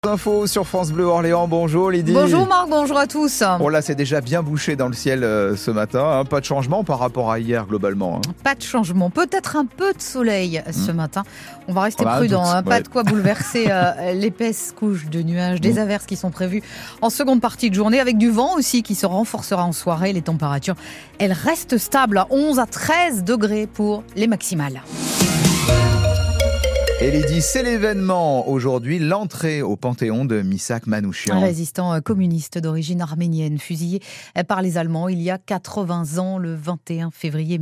Infos sur France Bleu Orléans, bonjour Lydie. Bonjour Marc, bonjour à tous. Bon là c'est déjà bien bouché dans le ciel ce matin, pas de changement par rapport à hier globalement. Pas de changement, peut-être un peu de soleil ce matin. On va rester prudent, pas de quoi bouleverser l'épaisse couche de nuages, des averses qui sont prévues en seconde partie de journée, avec du vent aussi qui se renforcera en soirée. Les températures, elles restent stables à 11 à 13 degrés pour les maximales. Et Lydie, c'est l'événement aujourd'hui, l'entrée au Panthéon de Missak Manouchian. Un résistant communiste d'origine arménienne, fusillé par les Allemands il y a 80 ans, le 21 février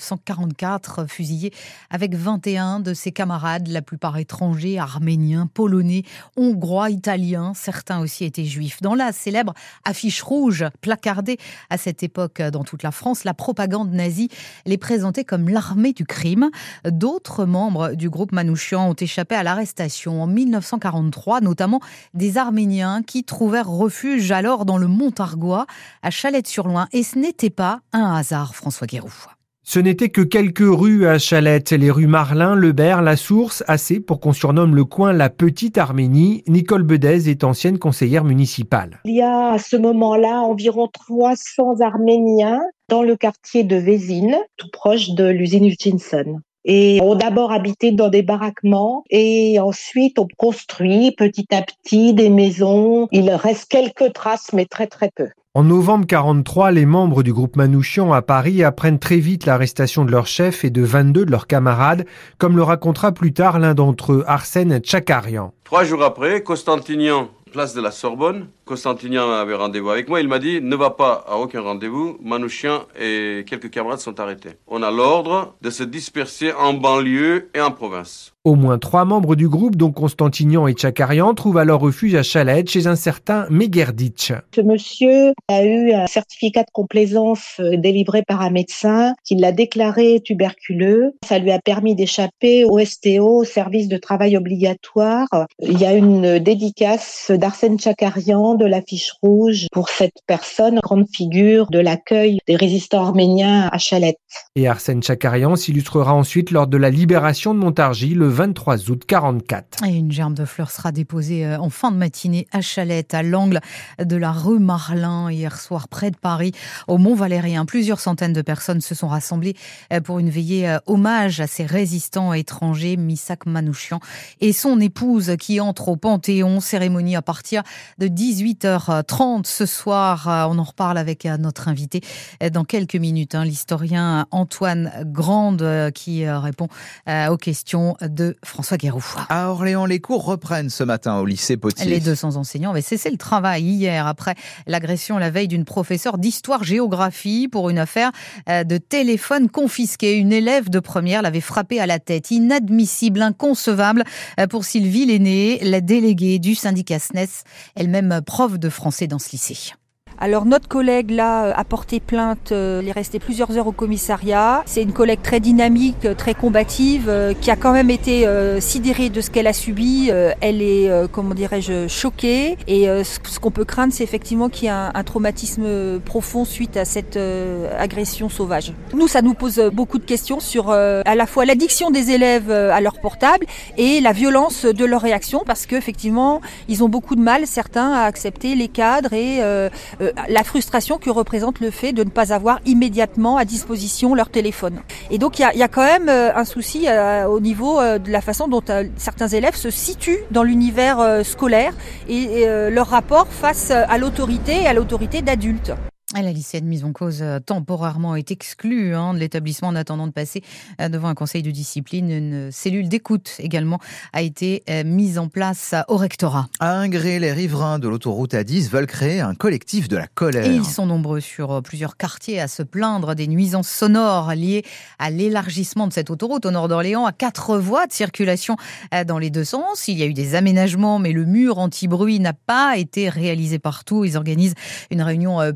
1944, fusillé avec 21 de ses camarades, la plupart étrangers, arméniens, polonais, hongrois, italiens, certains aussi étaient juifs. Dans la célèbre affiche rouge placardée à cette époque dans toute la France, la propagande nazie les présentait comme l'armée du crime. D'autres membres du groupe Manouchian ont échappé à l'arrestation en 1943, notamment des Arméniens qui trouvèrent refuge alors dans le Montargois, à Chalette-sur-Loing. Et ce n'était pas un hasard, François Guéroux. Ce n'était que quelques rues à Chalette, les rues Marlin, Lebert, La Source, assez pour qu'on surnomme le coin la Petite Arménie. Nicole Bedez est ancienne conseillère municipale. Il y a à ce moment-là environ 300 Arméniens dans le quartier de Vézine, tout proche de l'usine Hutchinson. Et ont d'abord habité dans des baraquements et ensuite on construit petit à petit des maisons. Il reste quelques traces, mais très très peu. En novembre 1943, les membres du groupe Manouchian à Paris apprennent très vite l'arrestation de leur chef et de 22 de leurs camarades, comme le racontera plus tard l'un d'entre eux, Arsène Tchakarian. 3 jours après, Constantinian, place de la Sorbonne. Constantinian avait rendez-vous avec moi. Il m'a dit, ne va pas à aucun rendez-vous. Manouchian et quelques camarades sont arrêtés. On a l'ordre de se disperser en banlieue et en province. Au moins 3 membres du groupe, dont Constantinian et Tchakarian, trouvent alors refuge à Chalette chez un certain Megerditch. Ce monsieur a eu un certificat de complaisance délivré par un médecin qui l'a déclaré tuberculeux. Ça lui a permis d'échapper au STO, au service de travail obligatoire. Il y a une dédicace d'Arsène Tchakarian de l'affiche rouge pour cette personne, grande figure de l'accueil des résistants arméniens à Chalette. Et Arsène Tchakarian s'illustrera ensuite lors de la libération de Montargis le 23 août 1944. Et une gerbe de fleurs sera déposée en fin de matinée à Chalette, à l'angle de la rue Marlin, hier soir près de Paris, au Mont-Valérien. Plusieurs centaines de personnes se sont rassemblées pour une veillée hommage à ces résistants étrangers, Missak Manouchian et son épouse qui entre au Panthéon. Cérémonie à partir de 18h30 ce soir. On en reparle avec notre invité dans quelques minutes, l'historien Antoine Grande qui répond aux questions de François Guéroux. À Orléans, les cours reprennent ce matin au lycée Potier. Les 200 enseignants avaient cessé le travail hier après l'agression la veille d'une professeure d'histoire-géographie pour une affaire de téléphone confisqué. Une élève de première l'avait frappé à la tête. Inadmissible, inconcevable pour Sylvie Lenné, la déléguée du syndicat SNES, elle-même prof de français dans ce lycée. Alors notre collègue là a porté plainte, il est resté plusieurs heures au commissariat. C'est une collègue très dynamique, très combative, qui a quand même été sidérée de ce qu'elle a subi. Elle est, choquée. Et ce qu'on peut craindre, c'est effectivement qu'il y ait un traumatisme profond suite à cette agression sauvage. Nous, ça nous pose beaucoup de questions sur à la fois l'addiction des élèves à leur portable et la violence de leur réaction, parce qu'effectivement, ils ont beaucoup de mal, certains, à accepter les cadres et la frustration que représente le fait de ne pas avoir immédiatement à disposition leur téléphone. Et donc il y a quand même un souci au niveau de la façon dont certains élèves se situent dans l'univers scolaire et leur rapport face à l'autorité et à l'autorité d'adultes. La lycéenne mise en cause temporairement est exclue de l'établissement en attendant de passer devant un conseil de discipline. Une cellule d'écoute également a été mise en place au rectorat. À Ingré, les riverains de l'autoroute A10 veulent créer un collectif de la colère. Et ils sont nombreux sur plusieurs quartiers à se plaindre des nuisances sonores liées à l'élargissement de cette autoroute au nord d'Orléans à 4 voies de circulation dans les deux sens. Il y a eu des aménagements, mais le mur anti-bruit n'a pas été réalisé partout. Ils organisent une réunion publique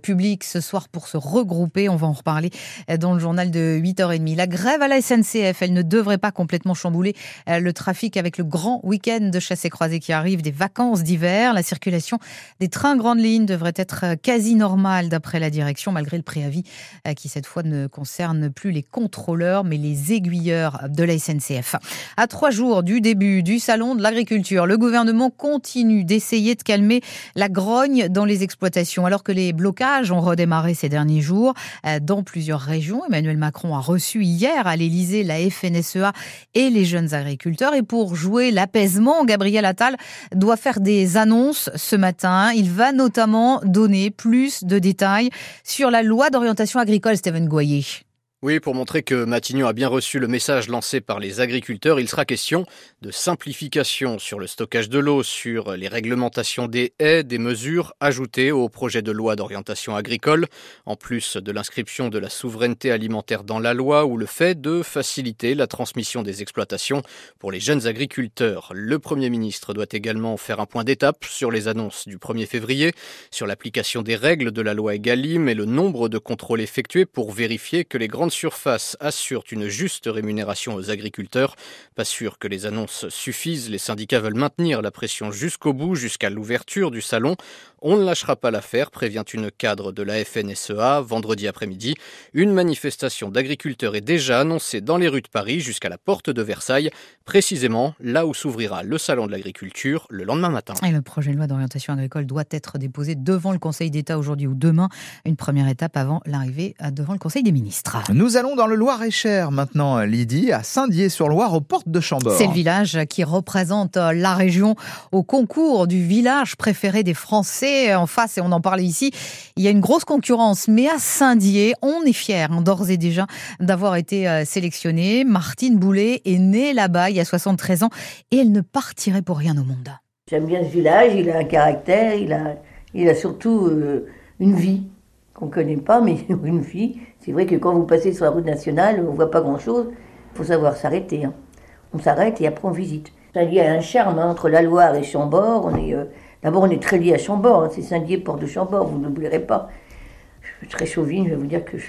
ce soir pour se regrouper. On va en reparler dans le journal de 8h30. La grève à la SNCF, elle ne devrait pas complètement chambouler le trafic avec le grand week-end de chassés-croisés qui arrive, des vacances d'hiver. La circulation des trains grandes lignes devrait être quasi normale d'après la direction, malgré le préavis qui cette fois ne concerne plus les contrôleurs mais les aiguilleurs de la SNCF. À 3 jours du début du salon de l'agriculture, le gouvernement continue d'essayer de calmer la grogne dans les exploitations. Alors que les blocages ont redémarré ces derniers jours dans plusieurs régions, Emmanuel Macron a reçu hier à l'Élysée la FNSEA et les jeunes agriculteurs. Et pour jouer l'apaisement, Gabriel Attal doit faire des annonces ce matin. Il va notamment donner plus de détails sur la loi d'orientation agricole, Stéphane Goyer. Oui, pour montrer que Matignon a bien reçu le message lancé par les agriculteurs, il sera question de simplification sur le stockage de l'eau, sur les réglementations des haies, des mesures ajoutées au projet de loi d'orientation agricole, en plus de l'inscription de la souveraineté alimentaire dans la loi ou le fait de faciliter la transmission des exploitations pour les jeunes agriculteurs. Le Premier ministre doit également faire un point d'étape sur les annonces du 1er février, sur l'application des règles de la loi Egalim et le nombre de contrôles effectués pour vérifier que les grandes surfaces assurent une juste rémunération aux agriculteurs. Pas sûr que les annonces suffisent. Les syndicats veulent maintenir la pression jusqu'au bout, jusqu'à l'ouverture du salon. On ne lâchera pas l'affaire, prévient une cadre de la FNSEA. Vendredi après-midi, une manifestation d'agriculteurs est déjà annoncée dans les rues de Paris jusqu'à la porte de Versailles, précisément là où s'ouvrira le salon de l'agriculture le lendemain matin. Et le projet de loi d'orientation agricole doit être déposé devant le Conseil d'État aujourd'hui ou demain. Une première étape avant l'arrivée devant le Conseil des ministres. Nous allons dans le Loir-et-Cher maintenant, Lydie, à Saint-Dié-sur-Loire, aux portes de Chambord. C'est le village qui représente la région au concours du village préféré des Français. En face, et on en parlait ici, il y a une grosse concurrence. Mais à Saint-Dié, on est fiers d'ores et déjà d'avoir été sélectionné. Martine Boulet est née là-bas il y a 73 ans et elle ne partirait pour rien au monde. J'aime bien ce village, il a un caractère, il a surtout une vie qu'on ne connaît pas, mais une vie. C'est vrai que quand vous passez sur la route nationale, on ne voit pas grand-chose. Il faut savoir s'arrêter. On s'arrête et après on visite. Saint-Dié a un charme entre la Loire et Chambord. D'abord, on est très lié à Chambord. C'est Saint-Dié, porte de Chambord, vous n'oublierez pas. Je suis très chauvine, je vais vous dire que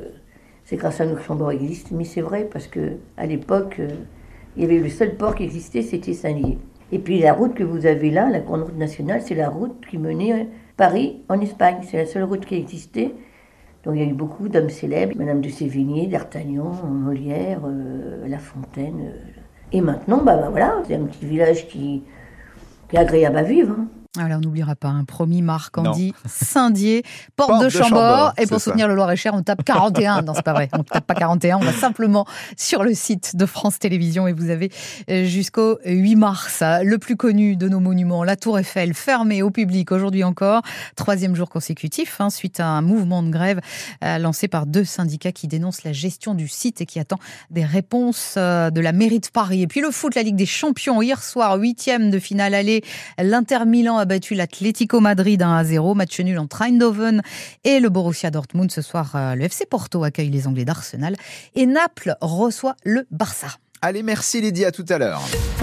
c'est grâce à nous que Chambord existe. Mais c'est vrai, parce qu'à l'époque, il y avait le seul port qui existait, c'était Saint-Dié. Et puis la route que vous avez là, la grande route nationale, c'est la route qui menait Paris en Espagne. C'est la seule route qui existait. Donc il y a eu beaucoup d'hommes célèbres, Madame de Sévigné, d'Artagnan, Molière, La Fontaine. Et maintenant, voilà, c'est un petit village qui est agréable à vivre. Alors, on n'oubliera pas, promis Marc Andy, Saint-Dié, porte de Chambord. Et pour soutenir le Loir-et-Cher, on tape 41. Non, c'est pas vrai, on ne tape pas 41. On va simplement sur le site de France Télévisions et vous avez jusqu'au 8 mars le plus connu de nos monuments, la Tour Eiffel, fermée au public aujourd'hui encore. 3e jour consécutif, suite à un mouvement de grève lancé par 2 syndicats qui dénoncent la gestion du site et qui attend des réponses de la mairie de Paris. Et puis le foot, la Ligue des Champions, hier soir, 8e de finale aller, l'Inter Milan a battu l'Atlético Madrid 1-0, match nul entre Eindhoven et le Borussia Dortmund. Ce soir, le FC Porto accueille les Anglais d'Arsenal et Naples reçoit le Barça. Allez, merci Lydie, à tout à l'heure.